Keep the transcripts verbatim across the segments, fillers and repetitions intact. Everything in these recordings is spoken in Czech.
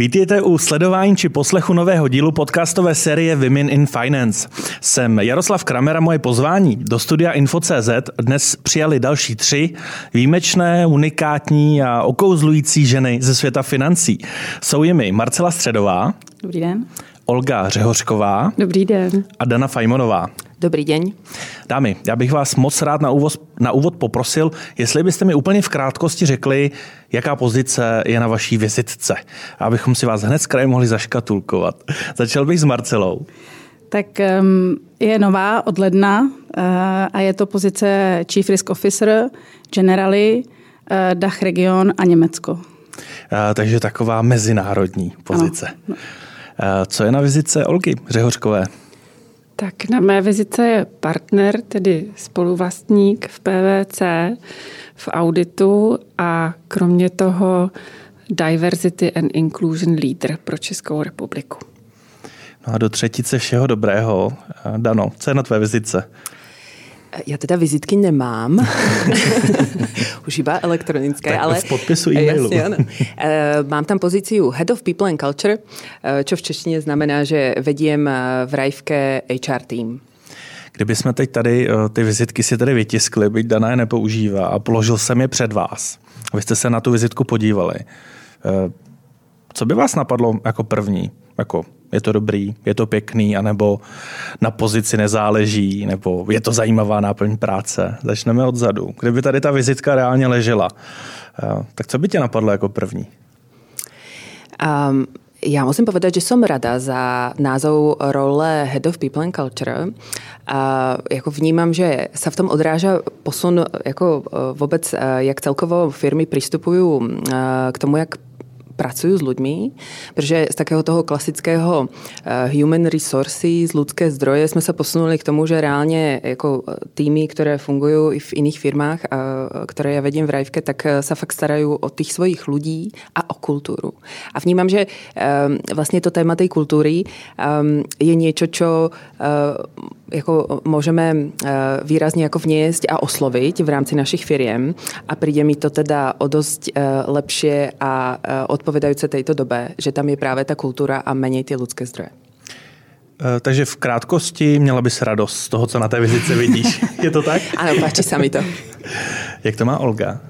Vítejte u sledování či poslechu nového dílu podcastové série Women in Finance. Jsem Jaroslav Kramer a moje pozvání do studia Info tečka cé zet dnes přijali další tři výjimečné, unikátní a okouzlující ženy ze světa financí. Jsou jimi Marcela Středová. Dobrý den. Olga Řehořková. Dobrý den. A Dana Fajmonová. Dobrý den. Dámy, já bych vás moc rád na úvod, na úvod poprosil, jestli byste mi úplně v krátkosti řekli, jaká pozice je na vaší vizitce, abychom si vás hned z kraje mohli zaškatulkovat. Začal bych s Marcelou. Tak um, je nová od ledna uh, a je to pozice Chief Risk Officer, Generali, uh, Dach region a Německo. Uh, takže taková mezinárodní pozice. Ano. Uh, co je na vizitce Olgy Řehořkové? Tak na mé vizice je partner, tedy spoluvlastník v P V C, v auditu a kromě toho Diversity and Inclusion Leader pro Českou republiku. No a do třetice všeho dobrého. Dano, co je na tvé vizitce? Já teda vizitky nemám, už iba elektronické, tak ale... v podpisu e-mailu. Jasne, áno. Mám tam pozíciu Head of People and Culture, čo v češtině znamená, že vediem v Rajvke H R team. Kdyby jsme teď tady ty vizitky si tady vytiskli, byť Dana je nepoužívá a položil jsem je před vás. Vy jste se na tu vizitku podívali. Co by vás napadlo jako první? Jako je to dobrý, je to pěkný, anebo na pozici nezáleží, nebo je to zajímavá náplň práce. Začneme odzadu. Kdyby tady ta vizitka reálně ležela, tak co by tě napadlo jako první? Um, ja musím povedať, že som rada za názov role Head of People and Culture. A jako vnímam, že sa v tom odráža posun jako vôbec, jak celkovo firmy pristupujú k tomu, jak pracujú s ľuďmi, protože z takého toho klasického human resources, ľudské zdroje jsme se posunuli k tomu, že reálně jako týmy, které fungují i v iných firmách, které ja vediem v Rajvke, tak sa fakt starají o tých svojich ľudí a o kultúru. A vnímam, že vlastně to téma tej kultúry je niečo, čo jako môžeme výrazně jako vniesť a osloviť v rámci našich firiem a príde mi to teda o dosť lepšie a odpovedajúce tejto dobe, že tam je právě ta kultura a menej ty ľudské zdroje. Takže v krátkosti měla bys radost z toho, co na té vizice vidíš. Je to tak? Ano, páči sa mi to. Jak to má Olga?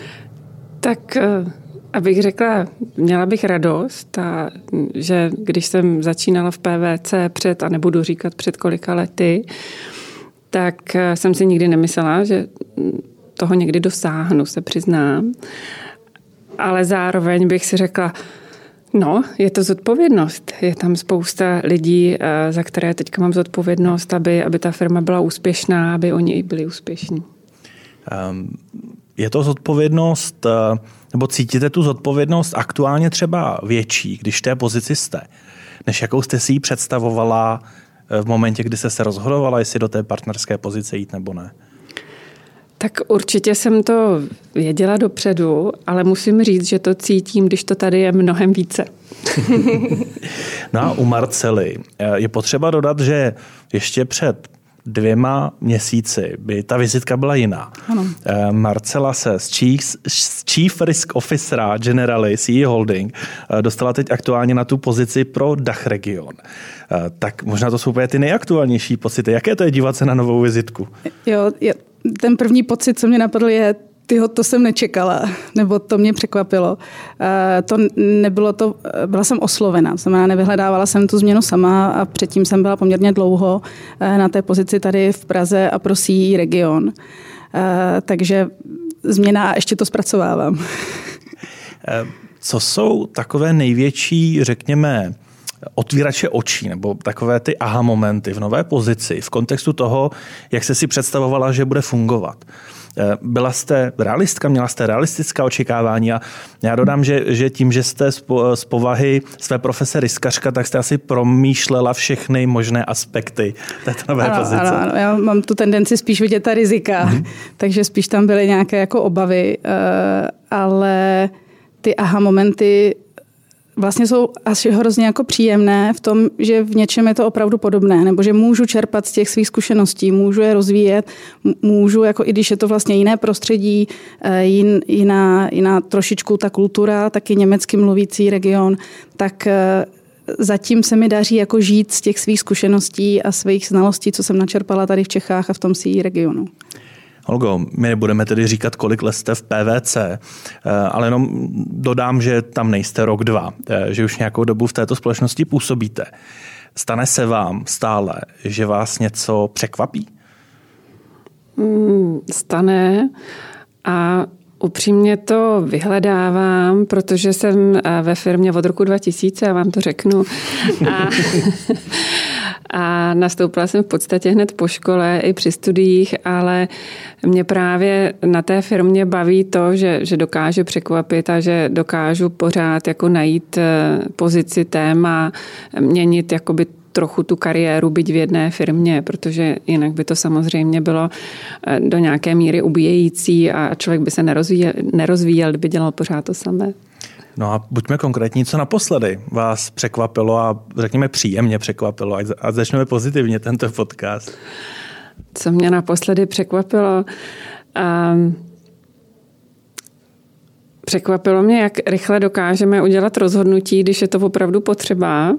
Tak abych řekla, měla bych radost, a že když jsem začínala v P V C před, a nebudu říkat před kolika lety, tak jsem si nikdy nemyslela, že toho někdy dosáhnu, se přiznám. Ale zároveň bych si řekla, no, je to zodpovědnost. Je tam spousta lidí, za které teďka mám zodpovědnost, aby, aby ta firma byla úspěšná, aby oni i byli úspěšní. Um, je to zodpovědnost, nebo cítíte tu zodpovědnost aktuálně třeba větší, když v té pozici jste, než jakou jste si ji představovala v momentě, kdy jste se rozhodovala, jestli do té partnerské pozice jít nebo ne? Tak určitě jsem to věděla dopředu, ale musím říct, že to cítím, když to tady je mnohem více. No a u Marcely je potřeba dodat, že ještě před dvěma měsíci by ta vizitka byla jiná. Ano. Marcela se z Chief, z Chief Risk Officera Generali C E Holding dostala teď aktuálně na tu pozici pro Dach region. Tak možná to jsou úplně ty nejaktuálnější pocity. Jaké to je dívat se na novou vizitku? Jo, jo, ten první pocit, co mě napadl, je, tyho, to jsem nečekala, nebo to mě překvapilo. To nebylo to, byla jsem oslovena, znamená, nevyhledávala jsem tu změnu sama a předtím jsem byla poměrně dlouho na té pozici tady v Praze a pro C E region. Takže změna a ještě to zpracovávám. Co jsou takové největší, řekněme, otvírače očí nebo takové ty aha momenty v nové pozici v kontextu toho, jak jste si představovala, že bude fungovat? Byla jste realistka, měla jste realistická očekávání a já dodám, že, že tím, že jste z povahy své profese riskařka, tak jste asi promýšlela všechny možné aspekty této nové ano, pozice. Ano, ano, já mám tu tendenci spíš vidět ta rizika, mm-hmm. takže spíš tam byly nějaké jako obavy, ale ty aha momenty vlastně jsou asi hrozně jako příjemné v tom, že v něčem je to opravdu podobné, nebo že můžu čerpat z těch svých zkušeností, můžu je rozvíjet, můžu, jako i když je to vlastně jiné prostředí, jin, jiná, jiná trošičku ta kultura, taky německy mluvící region, tak zatím se mi daří jako žít z těch svých zkušeností a svých znalostí, co jsem načerpala tady v Čechách a v tom svém regionu. Olgo, my nebudeme tedy říkat, kolik let jste v P V C, ale jenom dodám, že tam nejste rok, dva, že už nějakou dobu v této společnosti působíte. Stane se vám stále, že vás něco překvapí? Stane a upřímně to vyhledávám, protože jsem ve firmě od roku dva tisíce, já vám to řeknu. A, a nastoupila jsem v podstatě hned po škole i při studiích, ale mě právě na té firmě baví to, že, že dokážu překvapit a že dokážu pořád jako najít pozici, téma, měnit jakoby trochu tu kariéru byť v jedné firmě, protože jinak by to samozřejmě bylo do nějaké míry ubíjející a člověk by se nerozvíjel, nerozvíjel kdyby dělal pořád to samé. No a buďme konkrétní, co naposledy vás překvapilo a řekněme příjemně překvapilo, a začneme pozitivně tento podcast. Co mě naposledy překvapilo? Um, překvapilo mě, jak rychle dokážeme udělat rozhodnutí, když je to opravdu potřeba.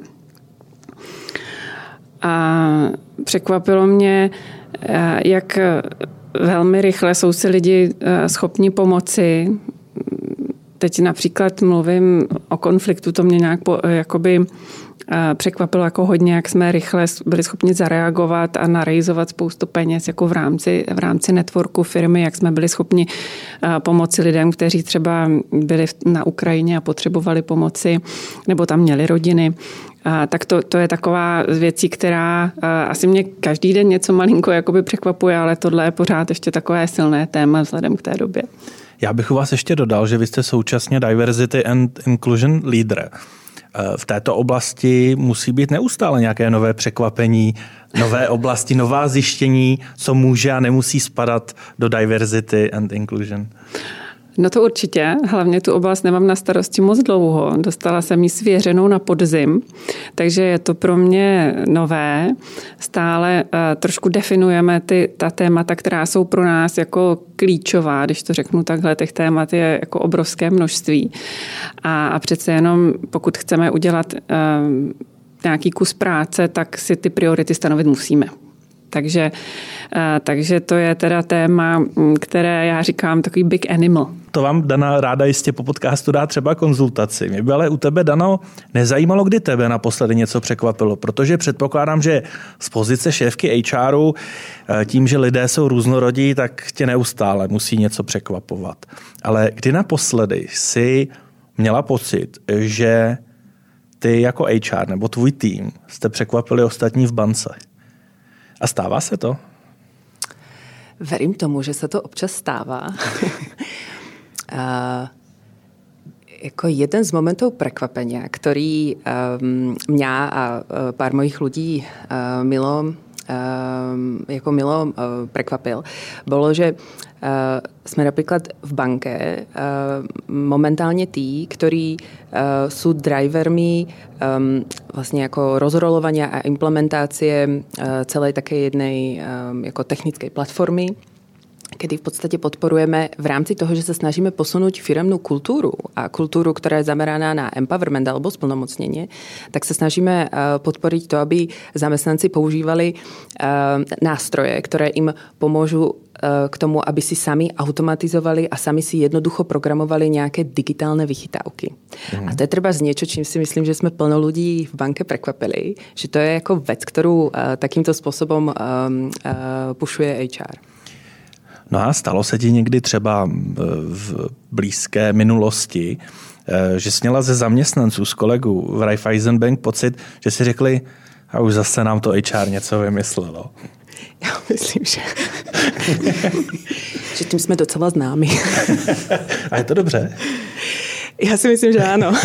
A překvapilo mě, jak velmi rychle jsou si lidi schopni pomoci. Teď například mluvím o konfliktu, to mě nějak po, jakoby překvapilo jako hodně, jak jsme rychle byli schopni zareagovat a narejzovat spoustu peněz jako v rámci, v rámci networku firmy, jak jsme byli schopni pomoci lidem, kteří třeba byli na Ukrajině a potřebovali pomoci, nebo tam měli rodiny. A tak to, to je taková z věcí, která asi mě každý den něco malinko jakoby překvapuje, ale tohle je pořád ještě takové silné téma vzhledem k té době. Já bych u vás ještě dodal, že vy jste současně Diversity and Inclusion Leader. V této oblasti musí být neustále nějaké nové překvapení, nové oblasti, nová zjištění, co může a nemusí spadat do Diversity and Inclusion. No to určitě, hlavně tu oblast nemám na starosti moc dlouho. Dostala jsem ji svěřenou na podzim, takže je to pro mě nové. Stále uh, trošku definujeme ty, ta témata, která jsou pro nás jako klíčová, když to řeknu takhle, těch témat je jako obrovské množství. A, a přece jenom pokud chceme udělat uh, nějaký kus práce, tak si ty priority stanovit musíme. Takže, takže to je teda téma, které já říkám takový big animal. To vám Dana ráda jistě po podcastu dá třeba konzultaci. Mě by ale u tebe, Dano, nezajímalo, kdy tebe naposledy něco překvapilo, protože předpokládám, že z pozice šéfky H R u tím, že lidé jsou různorodí, tak tě neustále musí něco překvapovat. Ale kdy naposledy jsi měla pocit, že ty jako H R nebo tvůj tým jste překvapili ostatní v bance? A stává se to? Verím tomu, že se to občas stává. A jako jeden z momentů překvapení, který um, mě a pár mojich lidí uh, milo, uh, jako milo uh, překvapil, bylo, že uh, jsme například v banke uh, momentálně tí, ktorí uh, jsou drivermi um, vlastně jako rozrolovania a implementácie uh, celej také jednej um, jako technické platformy, kedy v podstate podporujeme v rámci toho, že sa snažíme posunúť firemnú kultúru a kultúru, ktorá je zameraná na empowerment alebo splnomocnenie, tak sa snažíme podporiť to, aby zamestnanci používali nástroje, ktoré im pomôžu k tomu, aby si sami automatizovali a sami si jednoducho programovali nejaké digitálne vychytávky. Mm. A to je treba z niečo, čím si myslím, že sme plno ľudí v banke prekvapili, že to je ako vec, ktorú takýmto spôsobom pušuje H R. No a stalo se ti někdy třeba v blízké minulosti, že jsi měla ze zaměstnanců, z kolegů v Raiffeisen Bank pocit, že si řekli, a už zase nám to H R něco vymyslelo? Já myslím, že, že tím jsme docela známi. A je to dobře? Já si myslím, že ano.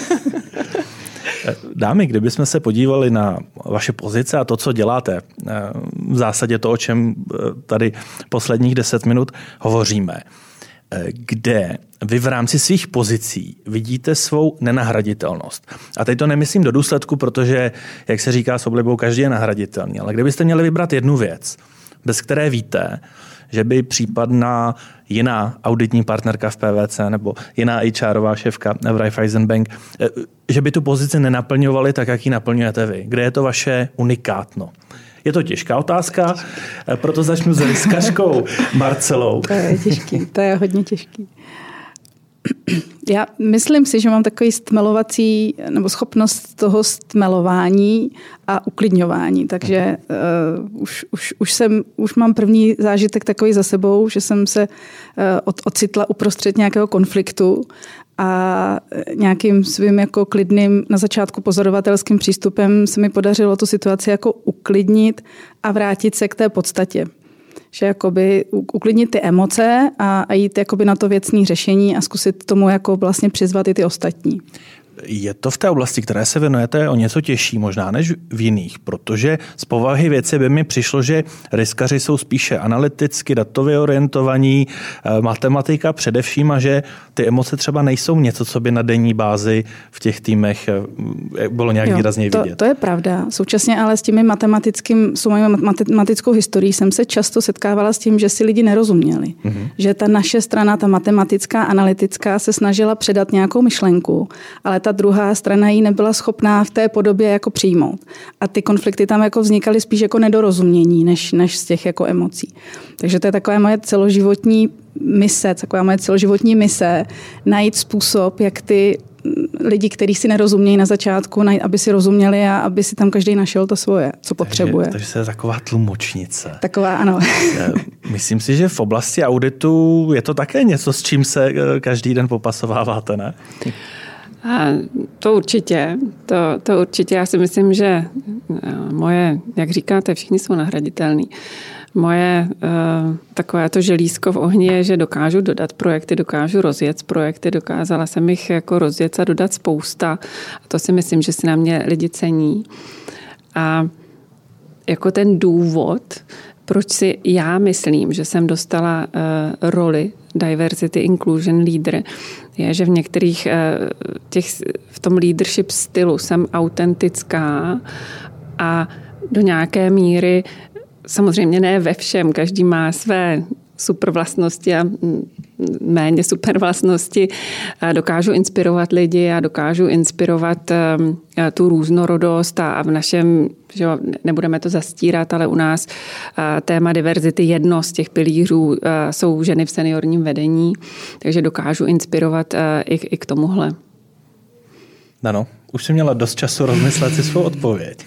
Dámy, kdybychom se podívali na vaše pozice a to, co děláte, v zásadě to, o čem tady posledních deset minut hovoříme. kde vy v rámci svých pozicí vidíte svou nenahraditelnost. A teď to nemyslím do důsledku, protože, jak se říká s oblibou, každý je nahraditelný. Ale kdybyste měli vybrat jednu věc, bez které víte, že by případná jiná auditní partnerka v P V C nebo jiná H R ová šéfka v Raiffeisen Bank, že by tu pozici nenaplňovali tak, jak ji naplňujete vy. Kde je to vaše unikátno? Je to těžká otázka, proto začnu s ryskařkou Marcelou. To je těžký, to je hodně těžký. Já myslím si, že mám takový stmelovací, nebo schopnost toho stmelování a uklidňování, takže uh, už, už, už, jsem, už mám první zážitek takový za sebou, že jsem se uh, od, ocitla uprostřed nějakého konfliktu a nějakým svým jako klidným, na začátku pozorovatelským přístupem se mi podařilo tu situaci jako uklidnit a vrátit se k té podstatě. Že jakoby uklidnit ty emoce a, a jít jakoby na to věcné řešení a zkusit tomu jako vlastně přizvat i ty ostatní. Je to v té oblasti, které se věnujete, o něco těžší možná než v jiných, protože z povahy věci by mi přišlo, že riskaři jsou spíše analyticky, datově orientovaní, matematika především a že ty emoce třeba nejsou něco, co by na denní bázi v těch týmech bylo nějak jo, výrazně to, vidět. To je pravda. Současně ale s těmi matematickým, s mojí matematickou historií jsem se často setkávala s tím, že si lidi nerozuměli. Mm-hmm. Že ta naše strana, ta matematická, analytická se snažila předat nějakou myšlenku, ale ta druhá strana ji nebyla schopná v té podobě jako přijmout. A ty konflikty tam jako vznikaly spíš jako nedorozumění, než, než z těch jako emocí. Takže to je taková moje celoživotní mise, taková moje celoživotní mise, najít způsob, jak ty lidi, kteří si nerozumějí na začátku, najít, aby si rozuměli a aby si tam každý našel to svoje, co potřebuje. Takže, takže se je taková tlumočnice. Taková, ano. Myslím si, že v oblasti auditu je to také něco, s čím se každý den popasováváte, ne? A to určitě, to, to určitě. Já si myslím, že moje, jak říkáte, všichni jsou nahraditelní. Moje uh, takové to želízko v ohni je, že dokážu dodat projekty, dokážu rozjet projekty, dokázala jsem jich jako rozjet a dodat spousta. A to si myslím, že si na mě lidi cení. A jako ten důvod, proč si já myslím, že jsem dostala uh, roli Diversity Inclusion Leader, je, že v některých uh, těch, v tom leadership stylu jsem autentická a do nějaké míry, samozřejmě ne ve všem, každý má své super vlastnosti a méně super vlastnosti. Dokážu inspirovat lidi a dokážu inspirovat tu různorodost a v našem, že nebudeme to zastírat, ale u nás téma diverzity, jedno z těch pilířů jsou ženy v seniorním vedení, takže dokážu inspirovat i, i k tomuhle. Ano, už jsem měla dost času rozmyslet si svou odpověď.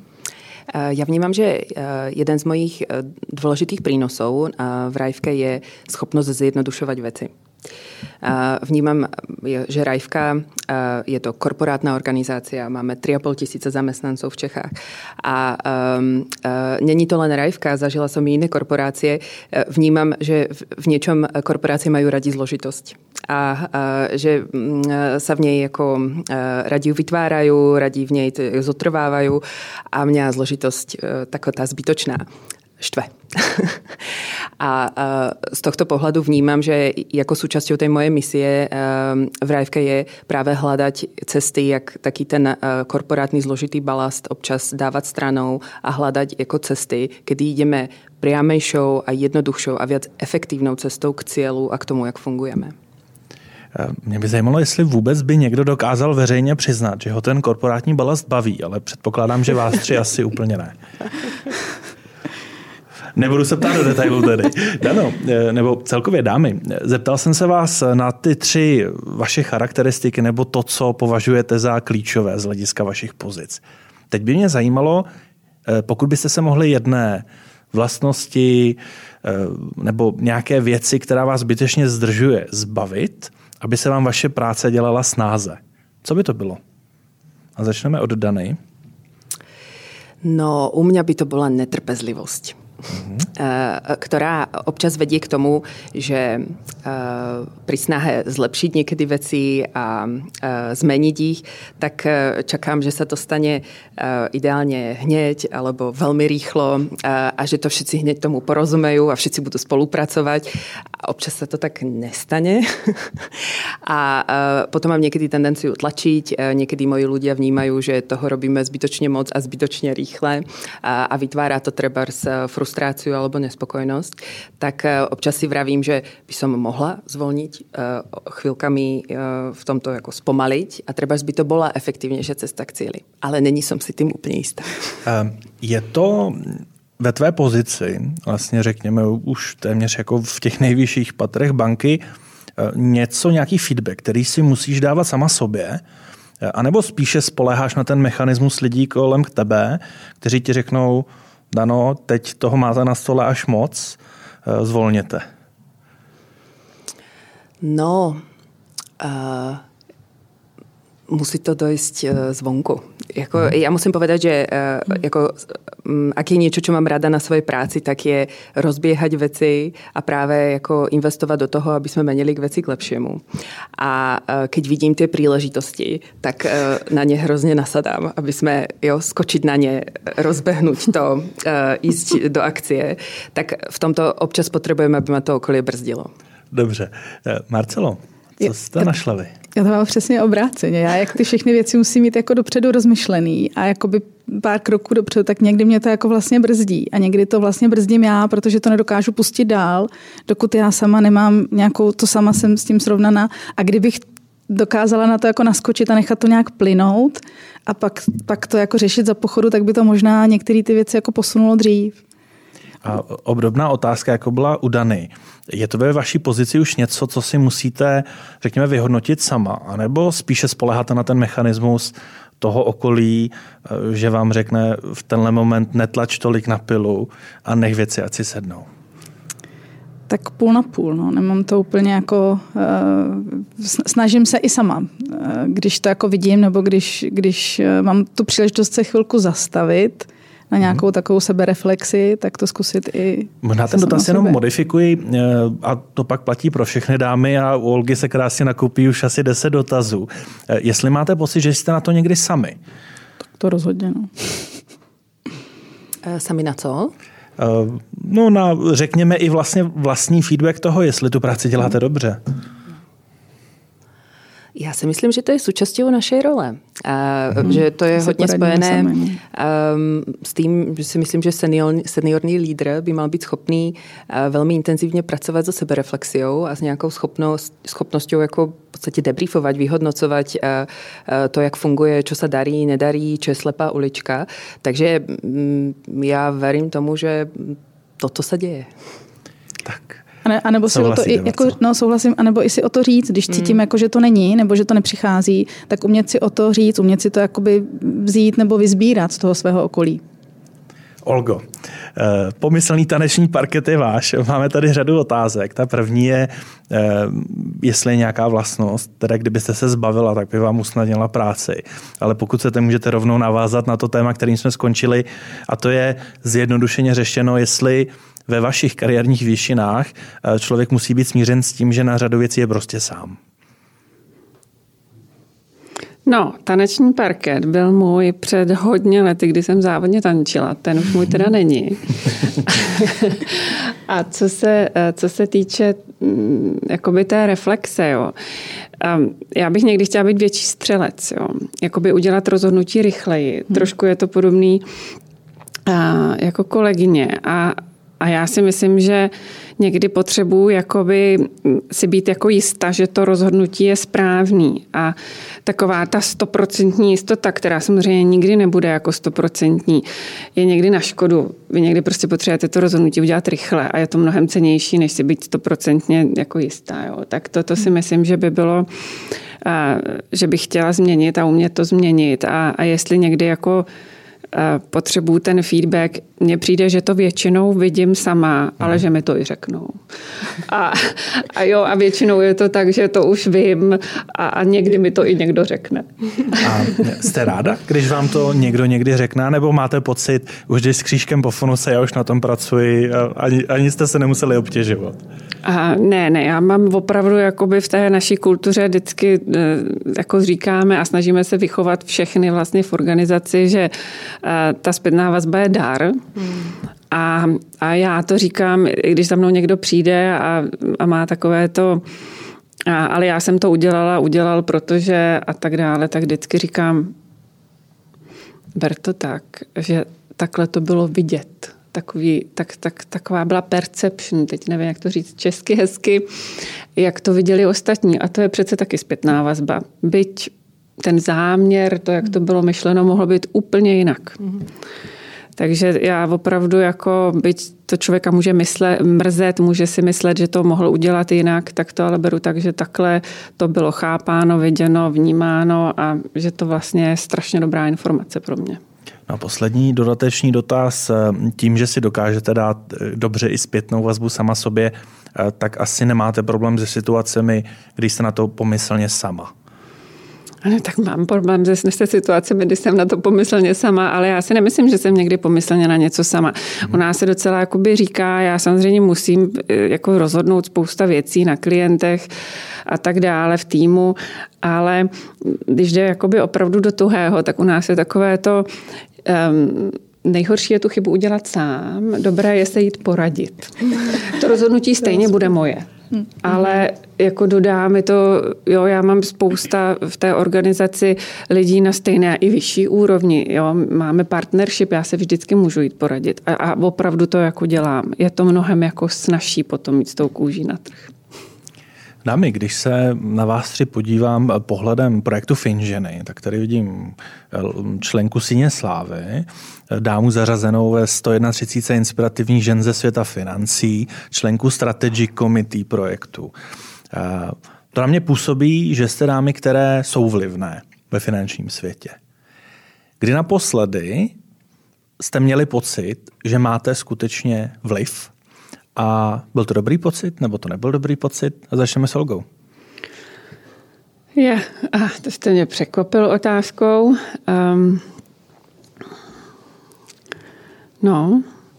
Já vnímám, že jeden z mojich dôležitých prínosov v Raifke je schopnosť zjednodušovať veci. Vnímam, že Raifka je to korporátna organizácia, máme tri a pol tisíce zamestnancov v Čechách a um, uh, není to len Raifka, zažila som i iné korporácie. Vnímam, že v niečom korporácie majú radi zložitosť a uh, že um, sa v nej ako uh, radi ju vytvárajú, radi v nej zotrvávajú a mňa zložitosť uh, taká tá zbytočná štve. A z tohto pohľadu vnímam, že jako súčasťou tej mojej misie v Raifke je práve hľadať cesty, jak taký ten korporátny zložitý balast občas dávať stranou a hľadať jako cesty, kedy ideme priamejšou a jednoduchšou a viac efektívnou cestou k cieľu a k tomu, jak fungujeme. Mě by zajímalo, jestli vůbec by někdo dokázal veřejně přiznat, že ho ten korporátní balast baví, ale předpokládám, že vás tři asi úplně ne. Nebudu se ptát do detailů tedy. Dano, nebo celkově dámy, zeptal jsem se vás na ty tři vaše charakteristiky nebo to, co považujete za klíčové z hlediska vašich pozic. Teď by mě zajímalo, pokud byste se mohli jedné vlastnosti nebo nějaké věci, která vás zbytečně zdržuje, zbavit, aby se vám vaše práce dělala snáze. Co by to bylo? A začneme od Dany. No, u mňa by to bola netrpezlivosť. Mm-hmm. Ktorá občas vedie k tomu, že pri snahe zlepšiť niekedy veci a zmeniť ich, tak čakám, že sa to stane ideálne hneď alebo veľmi rýchlo a že to všetci hneď tomu porozumejú a všetci budú spolupracovať. a občas sa to tak nestane. A potom mám niekedy tendenciu tlačiť, niekedy moji ľudia vnímajú, že toho robíme zbytočne moc a zbytočne rýchle a, a vytvára to trebárs frustráciu alebo nespokojnosť. Tak občas si vravím, že by som mohla zvolniť, chvíľkami v tomto jako spomaliť a trebárs by to bola efektívnejšia cesta k cíli. Ale není som si tým úplne istá. Je to ve tvé pozici, vlastně řekněme už téměř jako v těch nejvyšších patrech banky, něco, nějaký feedback, který si musíš dávat sama sobě, anebo spíše spoléháš na ten mechanismus lidí kolem tebe, kteří ti řeknou, Dano, teď toho máte na stole až moc, zvolněte. No, uh, musí to dojsť zvonku. Jako, ja musím povedať, že jako, ak je niečo, čo mám rada na svojej práci, tak je rozbiehať veci a práve jako investovať do toho, aby sme menili k veci k lepšiemu. A keď vidím tie príležitosti, tak na ne hrozne nasadám, aby sme jo, skočiť na ne, rozbehnúť to, ísť do akcie. Tak v tomto občas potrebujeme, aby ma to okolie brzdilo. Dobře. Marcelo, co jste našla vy? Já to mám přesně obráceně. Já jak ty všechny věci musím mít jako dopředu rozmyšlený a jakoby pár kroků dopředu, tak někdy mě to jako vlastně brzdí a někdy to vlastně brzdím já, protože to nedokážu pustit dál, dokud já sama nemám nějakou, to sama jsem s tím srovnaná a kdybych dokázala na to jako naskočit a nechat to nějak plynout a pak, pak to jako řešit za pochodu, tak by to možná některé ty věci jako posunulo dřív. A obdobná otázka, jako byla u Dany. Je to ve vaší pozici už něco, co si musíte, řekněme, vyhodnotit sama? A nebo spíše spoléháte na ten mechanismus toho okolí, že vám řekne v tenhle moment netlač tolik na pilu a nech věci ať si sednou? Tak půl na půl. No. Nemám to úplně jako... Snažím se i sama. Když to jako vidím, nebo když, když mám tu příležitost se chvilku zastavit, na nějakou takovou sebereflexi, tak to zkusit i... Možná ten dotaz jenom modifikuji a to pak platí pro všechny dámy a u Olgy se krásně nakupí už asi deset dotazů. Jestli máte pocit, že jste na to někdy sami? Tak to rozhodně, no. Sami na co? No na, řekněme, i vlastně vlastní feedback toho, jestli tu práci děláte dobře. Já si myslím, že to je súčasťou našej role. A, hmm. Že to je hodně spojené um, s tím, že si myslím, že senior, seniorní lídr by mal být schopný uh, velmi intenzívně pracovat so sebereflexiou a s nějakou schopnost, schopnosťou jako v podstatě debriefovat, vyhodnocovat uh, uh, to, jak funguje, čo sa darí, nedarí, čo je slepá ulička. Takže um, já verím tomu, že toto se děje. Tak. A nebo si o to i, jako, no, souhlasím, anebo i si o to říct, když cítím, mm. jako, že to není, nebo že to nepřichází, tak umět si o to říct, umět si to jakoby vzít nebo vyzbírat z toho svého okolí. Olgo, pomyslný taneční parket je váš. Máme tady řadu otázek. Ta první je, jestli je nějaká vlastnost, teda kdybyste se zbavila, tak by vám usnadnila práci. Ale pokud chcete, můžete rovnou navázat na to téma, kterým jsme skončili, a to je zjednodušeně řešeno, jestli ve vašich kariérních výšinách člověk musí být smířen s tím, že na řadu věcí je prostě sám. No, taneční parket byl můj před hodně lety, kdy jsem závodně tančila. Ten už můj teda není. A co se, co se týče jakoby té reflexe, jo. Já bych někdy chtěla být větší střelec, jo. Jakoby udělat rozhodnutí rychleji. Hmm. Trošku je to podobný jako kolegyně. A A já si myslím, že někdy potřebuji jakoby si být jako jistá, že to rozhodnutí je správný. A taková ta stoprocentní jistota, která samozřejmě nikdy nebude jako stoprocentní, je někdy na škodu. Vy někdy prostě potřebujete to rozhodnutí udělat rychle a je to mnohem cennější, než si být stoprocentně jako jistá. Jo. Tak to, to si myslím, že by bylo, a, že bych chtěla změnit a umět to změnit. A, a jestli někdy jako potřebuju ten feedback. Mně přijde, že to většinou vidím sama, ale že mi to i řeknou. A, a jo, a většinou je to tak, že to už vím a, a někdy mi to i někdo řekne. A jste ráda, když vám to někdo někdy řekne, nebo máte pocit, už když s křížkem po funuse, já už na tom pracuji, ani, ani jste se nemuseli obtěžovat? A ne, ne, já mám opravdu jakoby v té naší kultuře vždycky jako říkáme a snažíme se vychovat všechny vlastně v organizaci, že ta zpětná vazba je dar. Hmm. A, a já to říkám, když za mnou někdo přijde a, a má takové to, a, ale já jsem to udělala, udělal, protože a tak dále, tak vždycky říkám, ber to tak, že takhle to bylo vidět. Takový, tak, tak, taková byla perception, teď nevím, jak to říct česky hezky, jak to viděli ostatní. A to je přece taky zpětná vazba. Byť ten záměr, to, jak to bylo myšleno, mohlo být úplně jinak. Mm. Takže já opravdu, jako, byť to člověka může myslet, mrzet, může si myslet, že to mohl udělat jinak, tak to ale beru tak, že takhle to bylo chápáno, viděno, vnímáno a že to vlastně je strašně dobrá informace pro mě. No a poslední dodatečný dotaz. Tím, že si dokážete dát dobře i zpětnou vazbu sama sobě, tak asi nemáte problém se situacemi, když jste na to pomyslně sama. No, tak mám problém se, se situacemi, když jsem na to pomyslně sama, ale já si nemyslím, že jsem někdy pomyslně na něco sama. U nás se docela jakoby říká, já samozřejmě musím jako rozhodnout spousta věcí na klientech a tak dále v týmu, ale když jde jakoby opravdu do tuhého, tak u nás je takové to... Um, nejhorší je tu chybu udělat sám, dobré je se jít poradit. To rozhodnutí stejně bude moje. Ale jako dodá mi to, jo, já mám spousta v té organizaci lidí na stejné i vyšší úrovni, jo, máme partnership, já se vždycky můžu jít poradit a, a opravdu to jako dělám. Je to mnohem jako snazší potom mít s tou kůží na trh. Dámy, když se na vás tři podívám pohledem projektu Finženy, tak tady vidím členku Síně slávy, dámu zařazenou ve sto třicet jedna inspirativních žen ze světa financí, členku Strategy Committee projektu. To na mě působí, že jste dámy, které jsou vlivné ve finančním světě. Kdy naposledy jste měli pocit, že máte skutečně vliv? A byl to dobrý pocit, nebo to nebyl dobrý pocit? A začneme s Olgou. Je, a to jste mě překvapil otázkou. Um, no.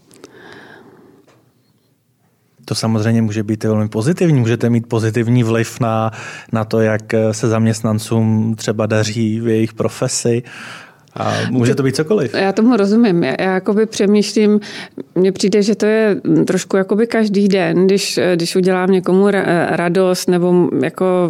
To samozřejmě může být velmi pozitivní. Můžete mít pozitivní vliv na, na to, jak se zaměstnancům třeba daří v jejich profesi. A může to být cokoliv. Já tomu rozumím. Já, já jakoby přemýšlím, mně přijde, že to je trošku jakoby každý den, když, když udělám někomu radost nebo jako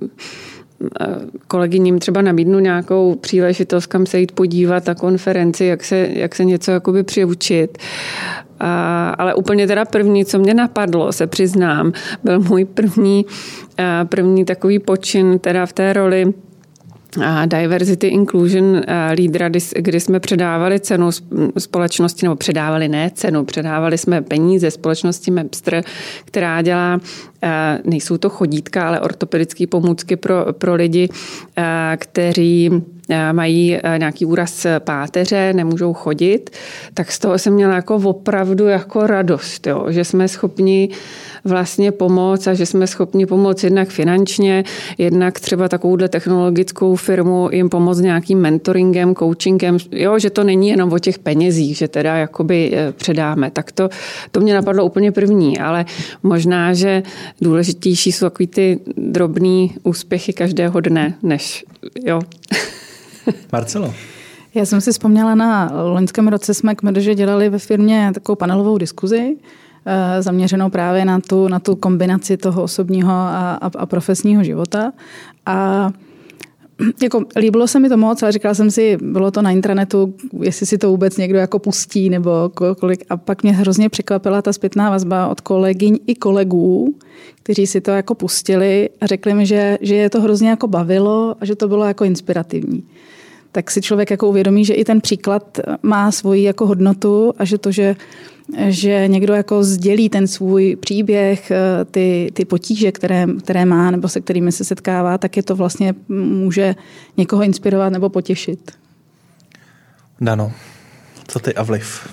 kolegyním třeba nabídnu nějakou příležitost, kam se jít podívat na konferenci, jak se, jak se něco jakoby přiučit. A, ale úplně teda první, co mě napadlo, se přiznám, byl můj první, první takový počin teda v té roli Diversity Inclusion lídra, kdy jsme předávali cenu společnosti, nebo předávali ne cenu, předávali jsme peníze společnosti Mapster, která dělá, nejsou to chodítka, ale ortopedické pomůcky pro, pro lidi, kteří mají nějaký úraz páteře, nemůžou chodit, tak z toho jsem měla jako opravdu jako radost, jo, že jsme schopni vlastně pomoct a že jsme schopni pomoct jednak finančně, jednak třeba takovouhle technologickou firmu jim pomoct nějakým mentoringem, coachingem, jo, že to není jenom o těch penězích, že teda jakoby předáme. Tak to, to mě napadlo úplně první, ale možná, že důležitější jsou takový ty drobný úspěchy každého dne, než jo. Marcelo. Já jsem si vzpomněla na loňském roce jsme k Mrže dělali ve firmě takovou panelovou diskuzi, zaměřenou právě na tu, na tu kombinaci toho osobního a, a, a profesního života. A jako, líbilo se mi to moc, ale říkala jsem si, bylo to na intranetu, jestli si to vůbec někdo jako pustí, nebo kolik. A pak mě hrozně překvapila ta zpětná vazba od kolegyň i kolegů, kteří si to jako pustili a řekli mi, že, že je to hrozně jako bavilo a že to bylo jako inspirativní. Tak si člověk jako uvědomí, že i ten příklad má svoji jako hodnotu a že to, že, že někdo jako sdělí ten svůj příběh, ty, ty potíže, které, které má nebo se kterými se setkává, tak je to vlastně může někoho inspirovat nebo potěšit. Dano, co ty a vliv?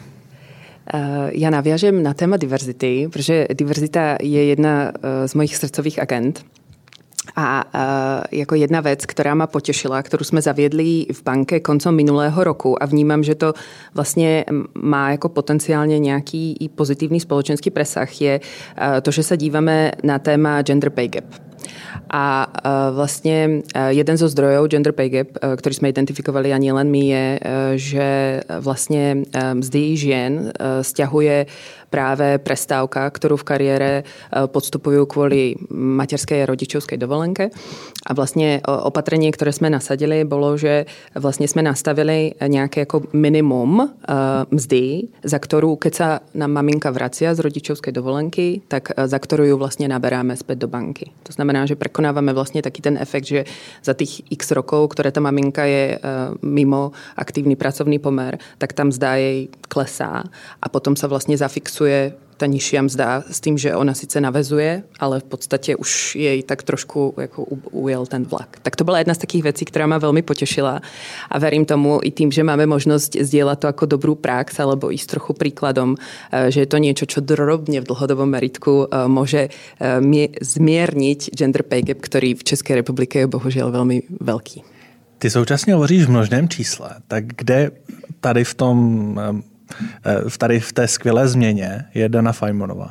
Já navážem na téma diverzity, protože diverzita je jedna z mojich srdcových agend. A uh, jako jedna věc, která ma potěšila, kterou jsme zavědli v banke koncem minulého roku a vnímám, že to vlastně má jako potenciálně nějaký i pozitivní společenský presah, je uh, to, že se díváme na téma gender pay gap. A vlastně jeden zo zdrojov gender pay gap, ktorý sme identifikovali a nielen my, je, že vlastne mzdy žien stiahuje práve prestávka, ktorú v kariére podstupujú kvôli materskej a rodičovskej dovolenke. A vlastne opatrenie, ktoré sme nasadili, bolo, že vlastne sme nastavili nejaké ako minimum mzdy, za ktorú, keď sa nám maminka vracia z rodičovskej dovolenky, tak za ktorú ju vlastne naberáme späť do banky. To znamená, že prekonávame vlastne taký ten efekt, že za tých x rokov, ktoré tá maminka je mimo aktívny pracovný pomer, tak tam mzda jej klesá a potom sa vlastne zafixuje ta nižší mzda s tím, že ona sice navezuje, ale v podstatě už jej tak trošku jako ujel ten vlak. Tak to byla jedna z takých věcí, která mě velmi potěšila a verím tomu i tím, že máme možnost sdílet to jako dobrou prax alebo ísť trochu príkladom, že je to něco, čo drobně v dlhodobom meritku může zmierniť gender pay gap, který v České republice je bohužel velmi velký. Ty současně hovoříš v množném čísle, tak kde tady v tom tady v té skvělé změně je Dana Fajmonová?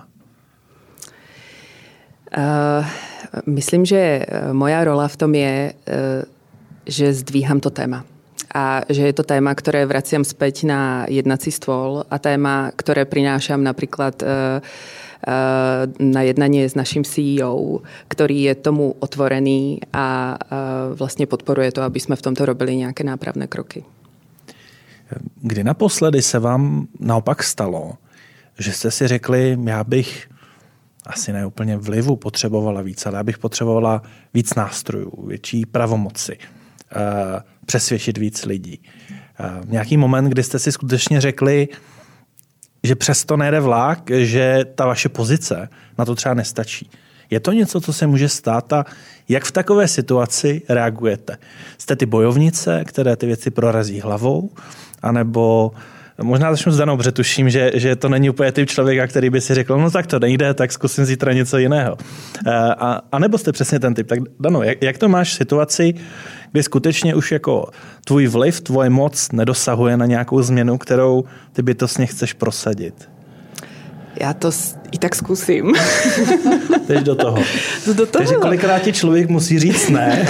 Uh, myslím, že moja rola v tom je, uh, že zdvíham to téma. A že je to téma, ktoré vraciam späť na jednací stôl a téma, ktoré prinášam napríklad uh, uh, na jednanie s naším C E O, ktorý je tomu otvorený a uh, vlastne podporuje to, aby sme v tomto robili nejaké nápravné kroky. Kdy naposledy se vám naopak stalo, že jste si řekli, já bych asi ne úplně vlivu potřebovala víc, ale já bych potřebovala víc nástrojů, větší pravomoci, přesvědčit víc lidí. Nějaký moment, kdy jste si skutečně řekli, že přesto nejde vlak, že ta vaše pozice na to třeba nestačí. Je to něco, co se může stát a jak v takové situaci reagujete? Jste ty bojovnice, které ty věci prorazí hlavou, anebo možná začnu s Danou, protože tuším, že, že to není úplně typ člověka, který by si řekl, no tak to nejde, tak zkusím zítra něco jiného. A, a nebo jste přesně ten typ. Tak Dano, jak, jak to máš v situaci, kdy skutečně už jako tvůj vliv, tvoje moc nedosahuje na nějakou změnu, kterou ty bytostně chceš prosadit? Já to i tak zkusím. Teď do toho. Do toho. Takže kolikrát ti člověk musí říct ne?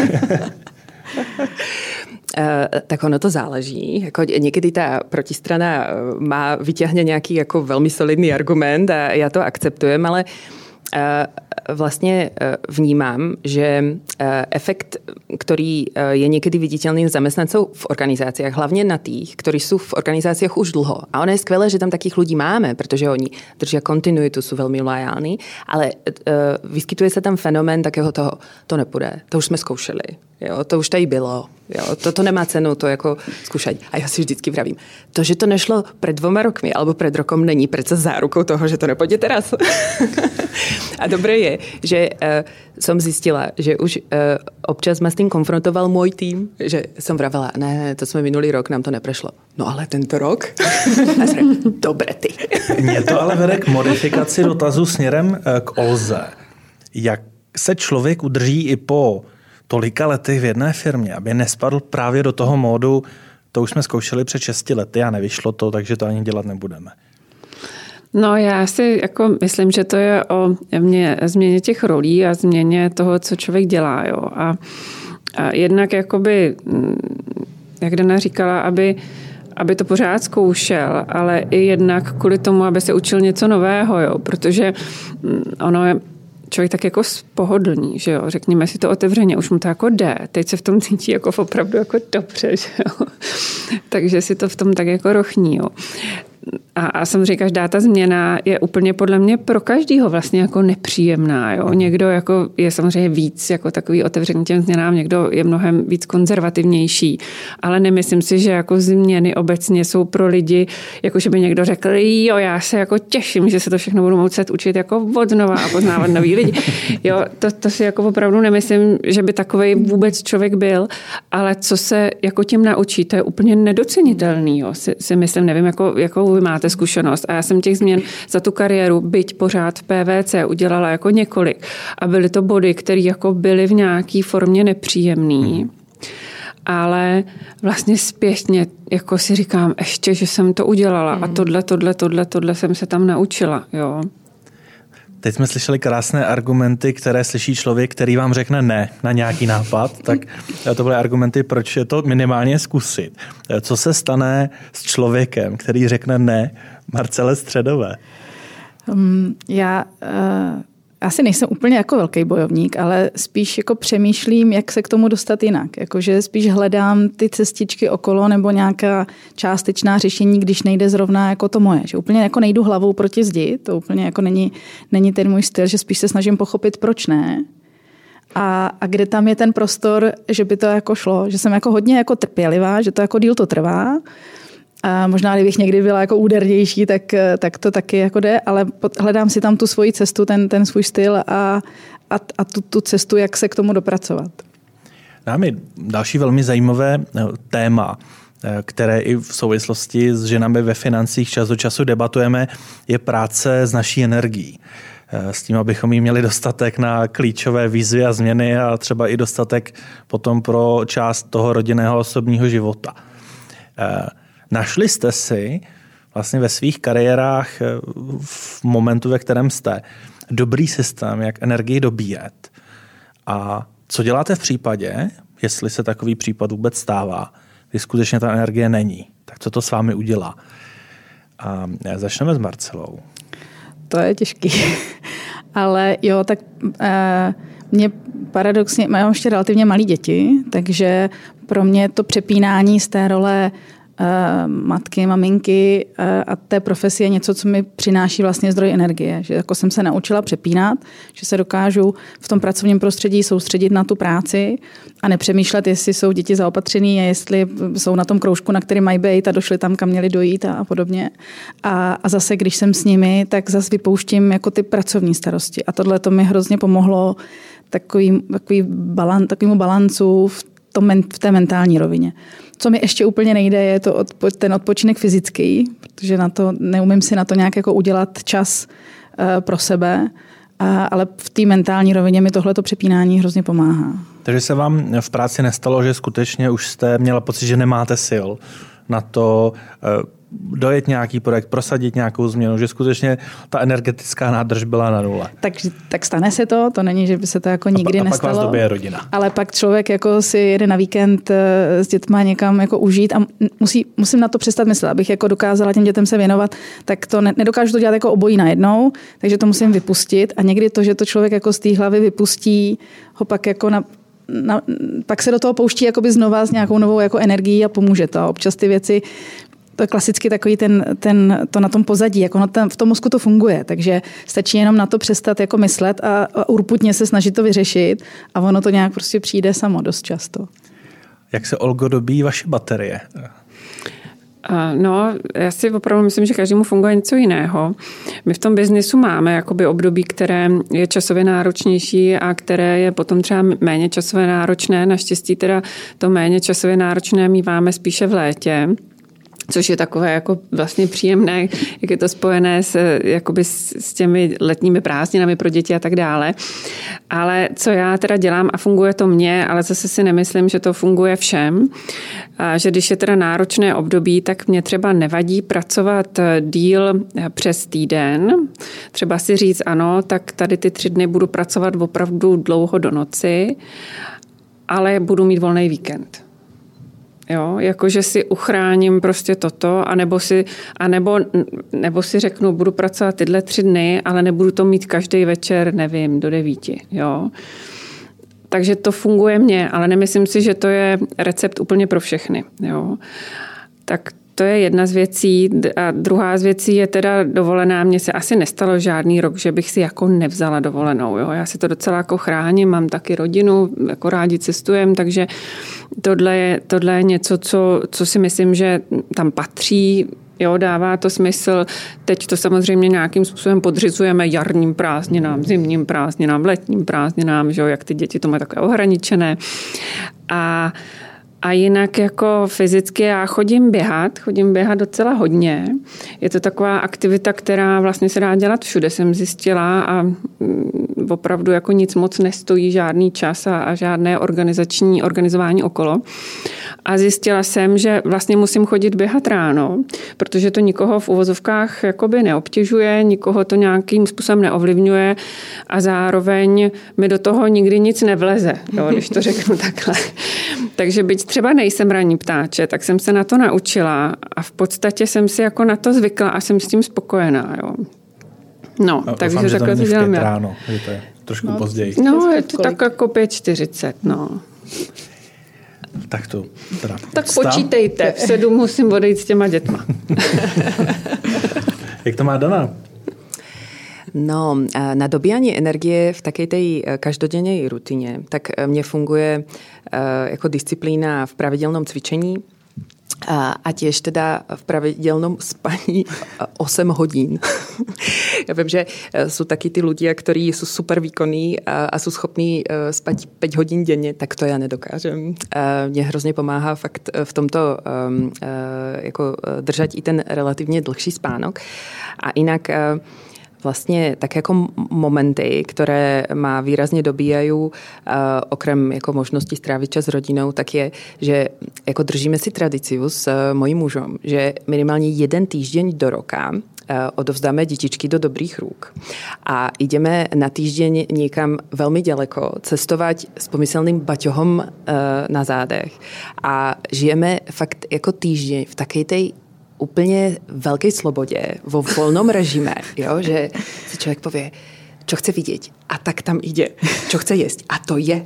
Uh, tak ono to záleží. Jako někdy ta protistrana má, vyťahne nějaký jako velmi solidný argument a já to akceptujem, ale uh, vlastně uh, vnímám, že uh, efekt, který uh, je někdy viditelný zamestnancov v organizáciách, hlavně na tých, ktorí sú v organizáciách už dlho. A ono je skvělé, že tam takých ľudí máme, protože oni držia kontinuitu, sú veľmi lojální, ale uh, vyskytuje se tam fenomén takého toho, to nepůjde, to už jsme zkoušeli. Jo, to už tady bylo. Jo, to, to nemá cenu to jako zkoušet. A já si vždycky vravím, to, že to nešlo před dvoma rokmi alebo před rokom, není přece zárukou toho, že to nepůjde teraz. A dobré je, že uh, som zistila, že už uh, občas ma s tým konfrontoval môj tým, že som vravela, ne, ne, to jsme minulý rok, nám to neprešlo. No ale tento rok? A jsem, dobré ty. Mě to ale vede k modifikaci dotazu směrem k Olze. Jak se člověk udrží i po tolika lety v jedné firmě, aby nespadl právě do toho módu, to už jsme zkoušeli před šesti lety a nevyšlo to, takže to ani dělat nebudeme. No já si jako myslím, že to je o mě, změně těch rolí a změně toho, co člověk dělá. Jo. A, a jednak jakoby, jak Dana říkala, aby, aby to pořád zkoušel, ale i jednak kvůli tomu, aby se učil něco nového, jo. Protože ono je člověk tak jako pohodlný, že jo, řekněme si to otevřeně, už mu to jako jde, teď se v tom cítí jako opravdu jako dobře, že jo, takže si to v tom tak jako rochní, jo. A, a samozřejmě každá ta změna je úplně podle mě pro každýho vlastně jako nepříjemná. Jo? Někdo jako je samozřejmě víc jako takový otevřený těm změnám, někdo je mnohem víc konzervativnější, ale nemyslím si, že jako změny obecně jsou pro lidi, jako že by někdo řekl, jo, já se jako těším, že se to všechno budu muset učit jako od znova a poznávat nový lidi. Jo, to, to si jako opravdu nemyslím, že by takovej vůbec člověk byl, ale co se jako tím naučí, to je úplně nedocenitelný. Jo? Si, si myslím, nevím, jako, jako vy máte zkušenost. A já jsem těch změn za tu kariéru, byť pořád v P V C, udělala jako několik. A byly to body, které jako byly v nějaké formě nepříjemný. Ale vlastně zpětně jako si říkám ještě, že jsem to udělala. A tohle, tohle, tohle, tohle jsem se tam naučila. Jo. Teď jsme slyšeli krásné argumenty, které slyší člověk, který vám řekne ne na nějaký nápad, tak to byly argumenty, proč je to minimálně zkusit. Co se stane s člověkem, který řekne ne Marcele Středové? Um, já... Uh... Asi nejsem úplně jako velký bojovník, ale spíš jako přemýšlím, jak se k tomu dostat jinak. Jakože spíš hledám ty cestičky okolo nebo nějaká částečná řešení, když nejde zrovna jako to moje. Že úplně jako nejdu hlavou proti zdi, to úplně jako není, není ten můj styl, že spíš se snažím pochopit, proč ne. A, a kde tam je ten prostor, že by to jako šlo. Že jsem jako hodně jako trpělivá, že to jako díl to trvá. A možná, kdybych někdy byla jako údernější, tak, tak to taky jako jde, ale hledám si tam tu svoji cestu, ten, ten svůj styl a, a, a tu, tu cestu, jak se k tomu dopracovat. Dámy, další velmi zajímavé téma, které i v souvislosti s ženami ve financích čas do času debatujeme, je práce s naší energií. S tím, abychom jí měli dostatek na klíčové výzvy a změny a třeba i dostatek potom pro část toho rodinného osobního života. Našli jste si vlastně ve svých kariérách v momentu, ve kterém jste, dobrý systém, jak energii dobíjet? A co děláte v případě, jestli se takový případ vůbec stává, kdy skutečně ta energie není? Tak co to s vámi udělá? A začneme s Marcelou. To je těžký. Ale jo, tak eh, mě paradoxně, mám ještě relativně malé děti, takže pro mě to přepínání z té role matky, maminky a té profesie je něco, co mi přináší vlastně zdroj energie. Že jako jsem se naučila přepínat, že se dokážu v tom pracovním prostředí soustředit na tu práci a nepřemýšlet, jestli jsou děti zaopatřený a jestli jsou na tom kroužku, na který mají být a došli tam, kam měli dojít a, a podobně. A, a zase, když jsem s nimi, tak zase vypouštím jako ty pracovní starosti. A tohle to mi hrozně pomohlo takový, takový balan, takovému balancu v tom, v té mentální rovině. Co mi ještě úplně nejde, je to odpo, ten odpočinek fyzický, protože na to neumím si na to nějak jako udělat čas uh, pro sebe, uh, ale v té mentální rovině mi tohleto přepínání hrozně pomáhá. Takže se vám v práci nestalo, že skutečně už jste měla pocit, že nemáte sil na to uh, dojet nějaký projekt, prosadit nějakou změnu, že skutečně ta energetická nádrž byla na nule. Tak, tak stane se to, to není, že by se to jako nikdy a, a nestalo. A pak vás dobije rodina. Ale pak člověk jako si jede na víkend s dětma někam jako užít a musí, musím na to přestat myslet, abych jako dokázala těm dětem se věnovat, tak to ne, nedokážu to dělat jako obojí najednou, takže to musím vypustit a někdy to, že to člověk jako z té hlavy vypustí, ho pak jako na Na, pak se do toho pouští jakoby znova s nějakou novou jako energií a pomůže to. A občas ty věci, to je klasicky takový ten, ten, to na tom pozadí, jako na ten, v tom mozku to funguje, takže stačí jenom na to přestat jako myslet a, a urputně se snažit to vyřešit a ono to nějak prostě přijde samo dost často. Jak se, Olgo, dobíjí vaše baterie? No, já si opravdu myslím, že každému funguje něco jiného. My v tom biznisu máme jakoby období, které je časově náročnější a které je potom třeba méně časově náročné. Naštěstí teda to méně časově náročné míváme spíše v létě, což je takové jako vlastně příjemné, jak je to spojené s, jakoby s těmi letními prázdninami pro děti a tak dále. Ale co já teda dělám a funguje to mně, ale zase si nemyslím, že to funguje všem, a že když je teda náročné období, tak mě třeba nevadí pracovat díl přes týden. Třeba si říct ano, tak tady ty tři dny budu pracovat opravdu dlouho do noci, ale budu mít volný víkend. Jo, jakože si uchráním prostě toto, anebo si, anebo, nebo si řeknu, budu pracovat tyhle tři dny, ale nebudu to mít každý večer, nevím, do devíti. Jo. Takže to funguje mně, ale nemyslím si, že to je recept úplně pro všechny. Jo. Tak to je jedna z věcí. A druhá z věcí je teda dovolená. Mně se asi nestalo žádný rok, že bych si jako nevzala dovolenou. Jo. Já si to docela jako chráním, mám taky rodinu, jako rádi cestujem, takže tohle je, tohle je něco, co, co si myslím, že tam patří. Jo, dává to smysl. Teď to samozřejmě nějakým způsobem podřizujeme jarním prázdninám, zimním prázdninám, letním prázdninám, že jo, jak ty děti to mají takové ohraničené. A A jinak jako fyzicky já chodím běhat, chodím běhat docela hodně. Je to taková aktivita, která vlastně se dá dělat všude, jsem zjistila a opravdu jako nic moc nestojí, žádný čas a, a žádné organizační organizování okolo. A zjistila jsem, že vlastně musím chodit běhat ráno, protože to nikoho v uvozovkách jakoby neobtěžuje, nikoho to nějakým způsobem neovlivňuje a zároveň mi do toho nikdy nic nevleze, jo, když to řeknu takhle. Takže byť třeba nejsem ranní ptáče, tak jsem se na to naučila a v podstatě jsem si jako na to zvykla a jsem s tím spokojená. Jo. No, no takže doufám, že takhle to to dělám já. Ráno, že to je trošku no, později. No, je to tak jako pět čtyřicet, no. Tak to teda Tak stav. Počítejte, v sedm musím odejít s těma dětma. Jak to má Dana? No, na dobíjanie energie v takej tej každodennej rutine, tak mne funguje jako disciplína v pravidelnom cvičení a, a tiež teda v pravidelnom spaní osem hodín. Ja viem, že sú takí tí ľudia, ktorí sú super výkonní a, a sú schopní spať päť hodín denne, tak to ja nedokážem. Mne hrozne pomáha fakt v tomto um, uh, jako držať i ten relatívne dlhší spánok. A inak uh, vlastně tak jako momenty, které má výrazně dobíjají uh, okrem jako možnosti strávit čas s rodinou, tak je, že jako držíme si tradiciu s uh, mojím mužom, že minimálně jeden týždeň do roka uh, odovzdáme dětičky do dobrých rúk a ideme na týždeň někam velmi daleko cestovat s pomyslným baťohom uh, na zádech a žijeme fakt jako týždeň v takej tej úplně velké slobodě, vo volnom režime, jo, že si člověk pově, čo chce vidět, a tak tam ide, čo chce jesť, a to je.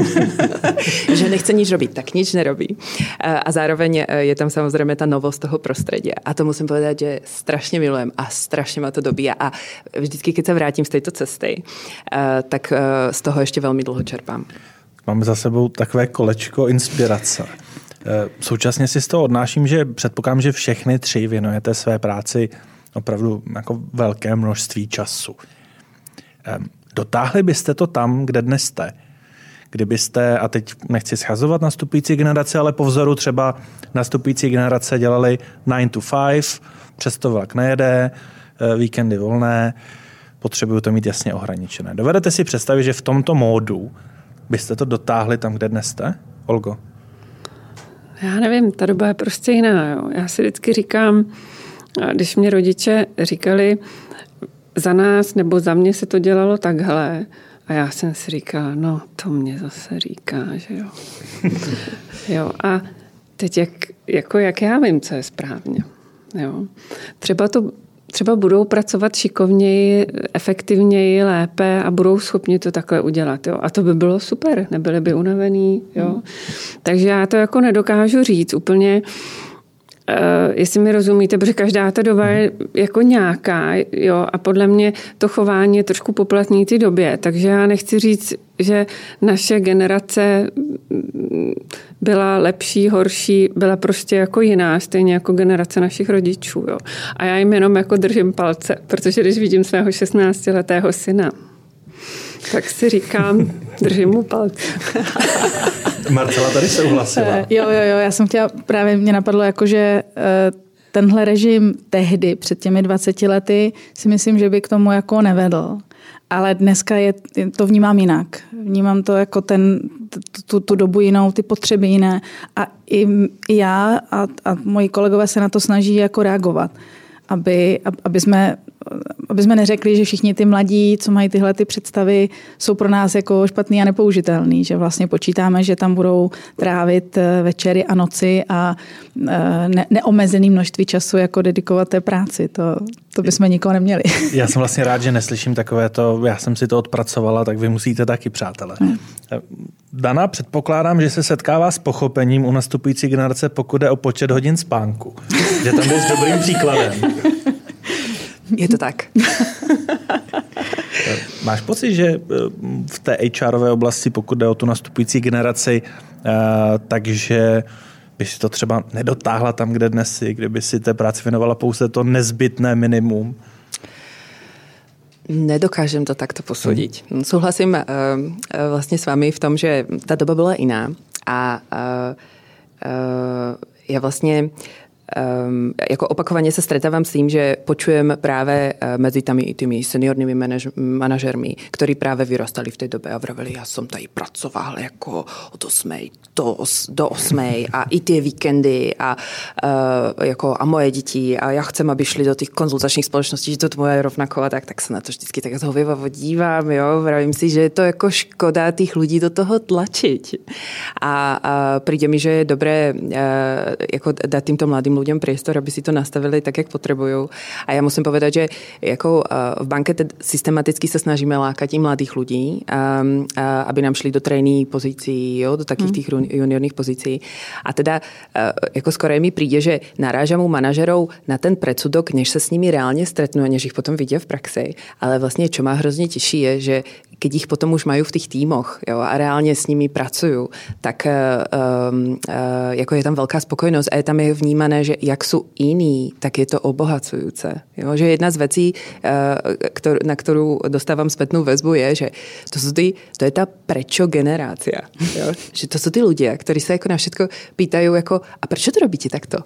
Že nechce nič robiť, tak nič nerobí. A zároveň je tam samozřejmě ta novost toho prostředí. A to musím povedať, že strašně milujem a strašně ma to dobíja. A vždycky, keď se vrátím z této cesty, tak z toho ještě velmi dlouho čerpám. Máme za sebou takové kolečko inspirace. Současně si z toho odnáším, že předpokládám, že všechny tři věnujete své práci opravdu jako velké množství času. Dotáhli byste to tam, kde dnes jste? Kdybyste, a teď nechci schazovat nastupující generace, ale po vzoru třeba nastupující generace dělali nine to five, přesto vlak nejede, víkendy volné, potřebují to mít jasně ohraničené. Dovedete si představit, že v tomto módu byste to dotáhli tam, kde dnes jste? Olgo? Já nevím, ta doba je prostě jiná. Jo. Já si vždycky říkám, když mě rodiče říkali, za nás nebo za mě se to dělalo takhle, a já jsem si říkala, no to mě zase říká, že jo. Jo, a teď jak, jako jak já vím, co je správně. Jo. Třeba to Třeba budou pracovat šikovněji, efektivněji, lépe a budou schopni to takhle udělat. Jo? A to by bylo super, nebyli by unavený. Jo? Mm. Takže já to jako nedokážu říct úplně, uh, jestli mi rozumíte, protože každá ta doba je jako nějaká, jo? A podle mě to chování je trošku poplatný té době. Takže já nechci říct, že naše generace byla lepší, horší, byla prostě jako jiná, stejně jako generace našich rodičů. Jo. A já jim jenom jako držím palce, protože když vidím svého šestnáctiletého syna, tak si říkám, držím mu palce. Marcela tady souhlasila. Jo, jo, jo, já jsem chtěla, právě mě napadlo, jako, že tenhle režim tehdy, před těmi dvaceti lety, si myslím, že by k tomu jako nevedl. Ale dneska je, to vnímám jinak. Vnímám to jako ten, tu, tu dobu jinou, ty potřeby jiné. A i, i já a, a moji kolegové se na to snaží jako reagovat. Aby, aby, jsme, aby jsme neřekli, že všichni ty mladí, co mají tyhle ty představy, jsou pro nás jako špatný a nepoužitelný. Že vlastně počítáme, že tam budou trávit večery a noci a ne, neomezený množství času jako dedikovat té práci. To, to bychom nikoho neměli. Já jsem vlastně rád, že neslyším takové to, já jsem si to odpracovala, tak vy musíte taky, přátelé. Hmm. Dana, předpokládám, že se setkává s pochopením u nastupující generace, pokud jde o počet hodin spánku. Že tam byl s dobrým příkladem. Je to tak. Máš pocit, že v té há erové oblasti, pokud jde o tu nastupující generaci, takže by si to třeba nedotáhla tam, kde dnes jsi, kdyby si té práci věnovala pouze to nezbytné minimum? Nedokážem to takto posúdiť. Hmm. Súhlasím uh, vlastne s vami v tom, že tá doba bola iná a uh, ja vlastne Um, jako opakovaně se stretávám s tým, že počujem práve uh, medzi tými, tými seniornými manaž, manažermi, ktorí práve vyrastali v tej dobe a vraveli, ja som tady pracoval jako od osmej do, do osmej a i tie víkendy a, uh, jako, a moje děti a ja chcem, aby šli do tých konzultačních společností, že to moje rovnako a tak, tak se na to vždycky tak zhovievavo dívam, jo, vravím si, že je to jako škoda tých ľudí do toho tlačiť. A, a príde mi, že je dobré uh, jako dať týmto mladým ľuďom priestor, aby si to nastavili tak, jak potrebujú. A ja musím povedať, že jako v banke systematicky sa snažíme lákať i mladých ľudí, aby nám šli do trainee pozícií, jo, do takých tých juniorných pozícií. A teda jako skoro mi príde, že narážam u manažerov na ten predsudok, než sa s nimi reálne stretnú a než ich potom vidia v praxi. Ale vlastne, čo ma hrozne teší, je, že keď ich potom už majú v tých tímoch, jo, a reálne s nimi pracujú, tak um, uh, jako je tam veľká spokojnosť a je tam je vnímané, že jak sú iní, tak je to obohacujúce. Jo? Že jedna z vecí, uh, ktor- na ktorú dostávam spätnú väzbu, je, že to, sú tí, to je tá prečo generácia. Jo? Že to sú tí ľudia, ktorí sa jako na všetko pýtajú, jako, a prečo to robíte takto?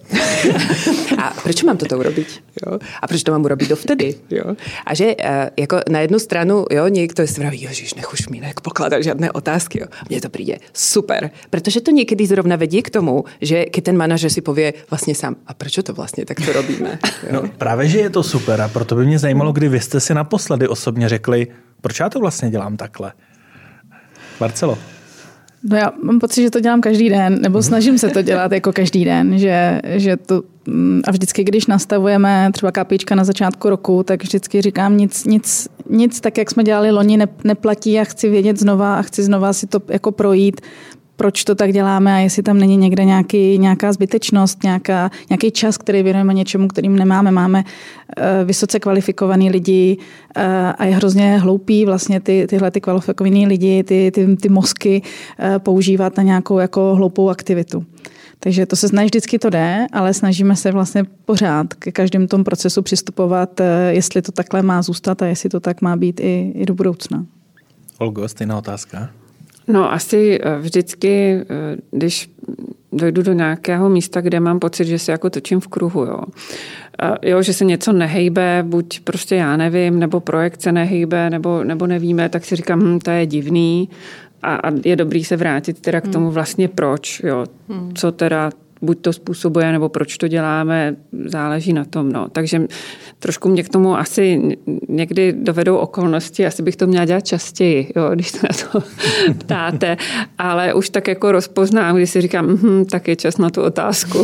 A prečo mám toto urobiť? Jo? A prečo to mám urobiť dovtedy? Jo? A že uh, jako na jednu stranu, jo, niekto je vraví, ježiš, nech už mi nepokladať žiadne otázky. Jo. Mne to príde super, pretože to niekedy zrovna vedie k tomu, že keď ten manažer si povie vlastne sám, a prečo to vlastne takto robíme? Jo. No právě, že je to super a proto by mě zajímalo, kdy vy jste si naposledy osobně řekli, proč já to vlastně dělám takhle? Marcelo. No já mám pocit, že to dělám každý den, nebo snažím se to dělat jako každý den, že, že to a vždycky, když nastavujeme třeba kápička na začátku roku, tak vždycky říkám nic, nic, nic tak, jak jsme dělali loni, neplatí a chci vědět znova a chci znova si to jako projít, proč to tak děláme a jestli tam není někde nějaký, nějaká zbytečnost, nějaká, nějaký čas, který věnujeme něčemu, kterým nemáme. Máme uh, vysoce kvalifikovaný lidi uh, a je hrozně hloupý vlastně ty, tyhle ty kvalifikovaný lidi, ty, ty, ty mozky uh, používat na nějakou jako hloupou aktivitu. Takže to se snaží, vždycky to jde, ale snažíme se vlastně pořád ke každému tomu procesu přistupovat, jestli to takhle má zůstat a jestli to tak má být i, i do budoucna. Olgo, stejná otázka. No asi vždycky, když dojdu do nějakého místa, kde mám pocit, že se jako točím v kruhu, jo. Jo, že se něco nehejbe, buď prostě já nevím, nebo projekt se nehejbe, nebo, nebo nevíme, tak si říkám, hm, to je divný. A je dobrý se vrátit teda k tomu vlastně proč, jo, co teda buď to způsobuje, nebo proč to děláme, záleží na tom, no. Takže trošku mě k tomu asi někdy dovedou okolnosti, asi bych to měla dělat častěji, jo, když se na to ptáte, ale už tak jako rozpoznám, když si říkám, hm, tak je čas na tu otázku.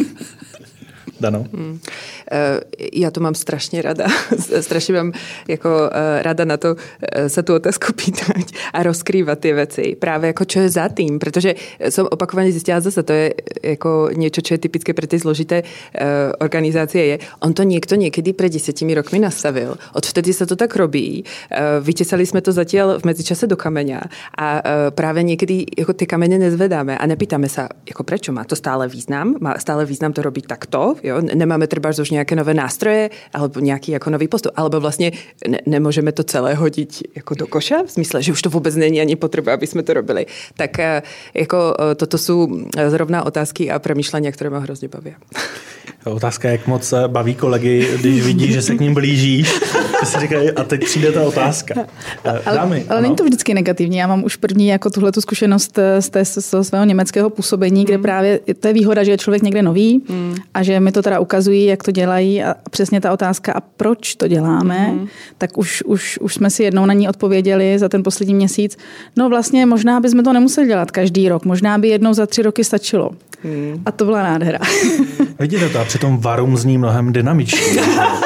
Dano. Hmm. Ja to mám strašne rada. Strašne mám jako rada na to sa tú otázku pýtať a rozkrývať tie veci. Práve ako čo je za tým, pretože som opakovane zistila zase, to je jako niečo, čo je typické pre tie zložité organizácie je. On to niekto niekedy pred desiatimi rokmi nastavil. Odvtedy sa to tak robí. Vytesali sme to zatiaľ v medzičase do kameňa a práve niekedy jako tie kamene nezvedáme a nepýtame sa, jako prečo má to stále význam? Má stále význam to robiť takto? Jo? Nemáme treba už nejaké nové nástroje alebo nejaký jako nový postup. Alebo vlastne ne, nemôžeme to celé hodiť jako do koša v smysle, že už to vôbec není ani potřeba, aby sme to robili. Tak jako toto sú zrovna otázky a premýšľania, ktoré ma hrozně baví. Otázka, jak moc baví kolegy, když vidí, že se k ním blížíš, že si říkají, a teď přijde ta otázka. Dámy, ale ale není to vždycky negativní. Já mám už první jako tuhletu zkušenost z, té, z svého německého působení, mm. kde právě to je výhoda, že je člověk někde nový mm. a že mi to teda ukazují, jak to dělají a přesně ta otázka, a proč to děláme, mm. tak už, už, už jsme si jednou na ní odpověděli za ten poslední měsíc. No vlastně možná bychom to nemuseli dělat každý rok, možná by jednou za tři roky stačilo. Hmm. A to byla nádhera. Vidíte to, a přitom Varum zní mnohem dynamičtěji.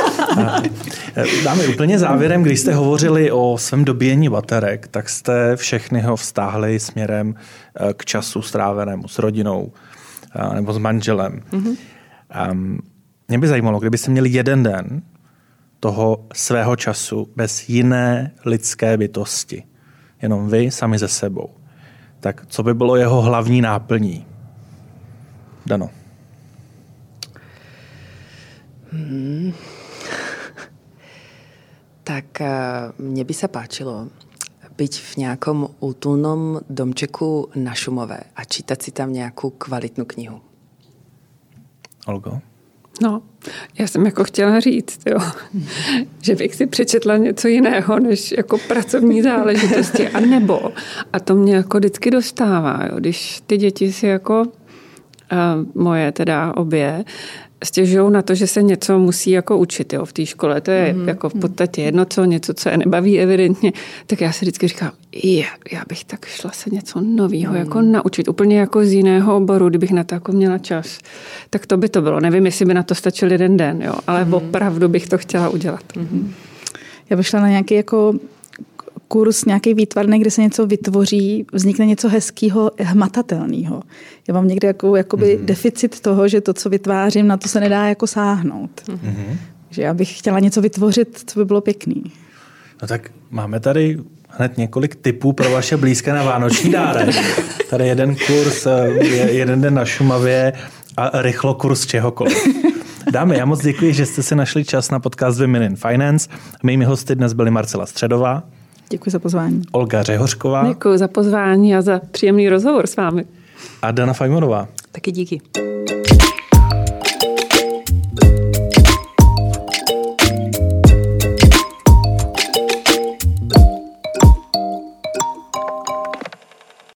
Dáme úplně závěrem, když jste hovořili o svém dobíjení baterek, tak jste všechny ho vztáhli směrem k času strávenému s rodinou nebo s manželem. Mm-hmm. Um, mě by zajímalo, kdybyste měli jeden den toho svého času bez jiné lidské bytosti, jenom vy sami ze sebou, tak co by bylo jeho hlavní náplní? Dano. Hmm. Tak mne by sa páčilo byť v nějakom útulnom domčeku na Šumové a čítat si tam nějakou kvalitnou knihu. Olgo? No, já jsem jako chtěla říct, jo, že bych si přečetla něco jiného, než jako pracovní záležitosti, a nebo, a to mě jako vždycky dostává, jo, když ty děti si jako, uh, moje teda obě, stěžují na to, že se něco musí jako učit, jo, v té škole. To je mm-hmm. jako v podstatě jedno, co něco, co je nebaví evidentně. Tak já si vždycky říkám, je, já bych tak šla se něco nového mm. jako naučit, úplně jako z jiného oboru, kdybych na to jako měla čas. Tak to by to bylo. Nevím, jestli by na to stačil jeden den, jo, ale mm. opravdu bych to chtěla udělat. Mm-hmm. Já bych šla na nějaký jako kurz, nějaký výtvarný, kde se něco vytvoří, vznikne něco hezkého, hmatatelného. Já mám někdy jako, jakoby mm-hmm. deficit toho, že to, co vytvářím, na to se nedá jako sáhnout. Mm-hmm. Že já bych chtěla něco vytvořit, co by bylo pěkný. No tak máme tady hned několik tipů pro vaše blízké na vánoční dárek. Tady jeden kurz, jeden den na Šumavě a rychlo kurz čehokoliv. Dámy, já moc děkuji, že jste si našli čas na podcast Women in Finance. Mými hosty dnes byly Marcela Středová. Děkuji za pozvání. Olga Řehořková. Děkuji za pozvání a za příjemný rozhovor s vámi. A Dana Fajmonová. Taky díky.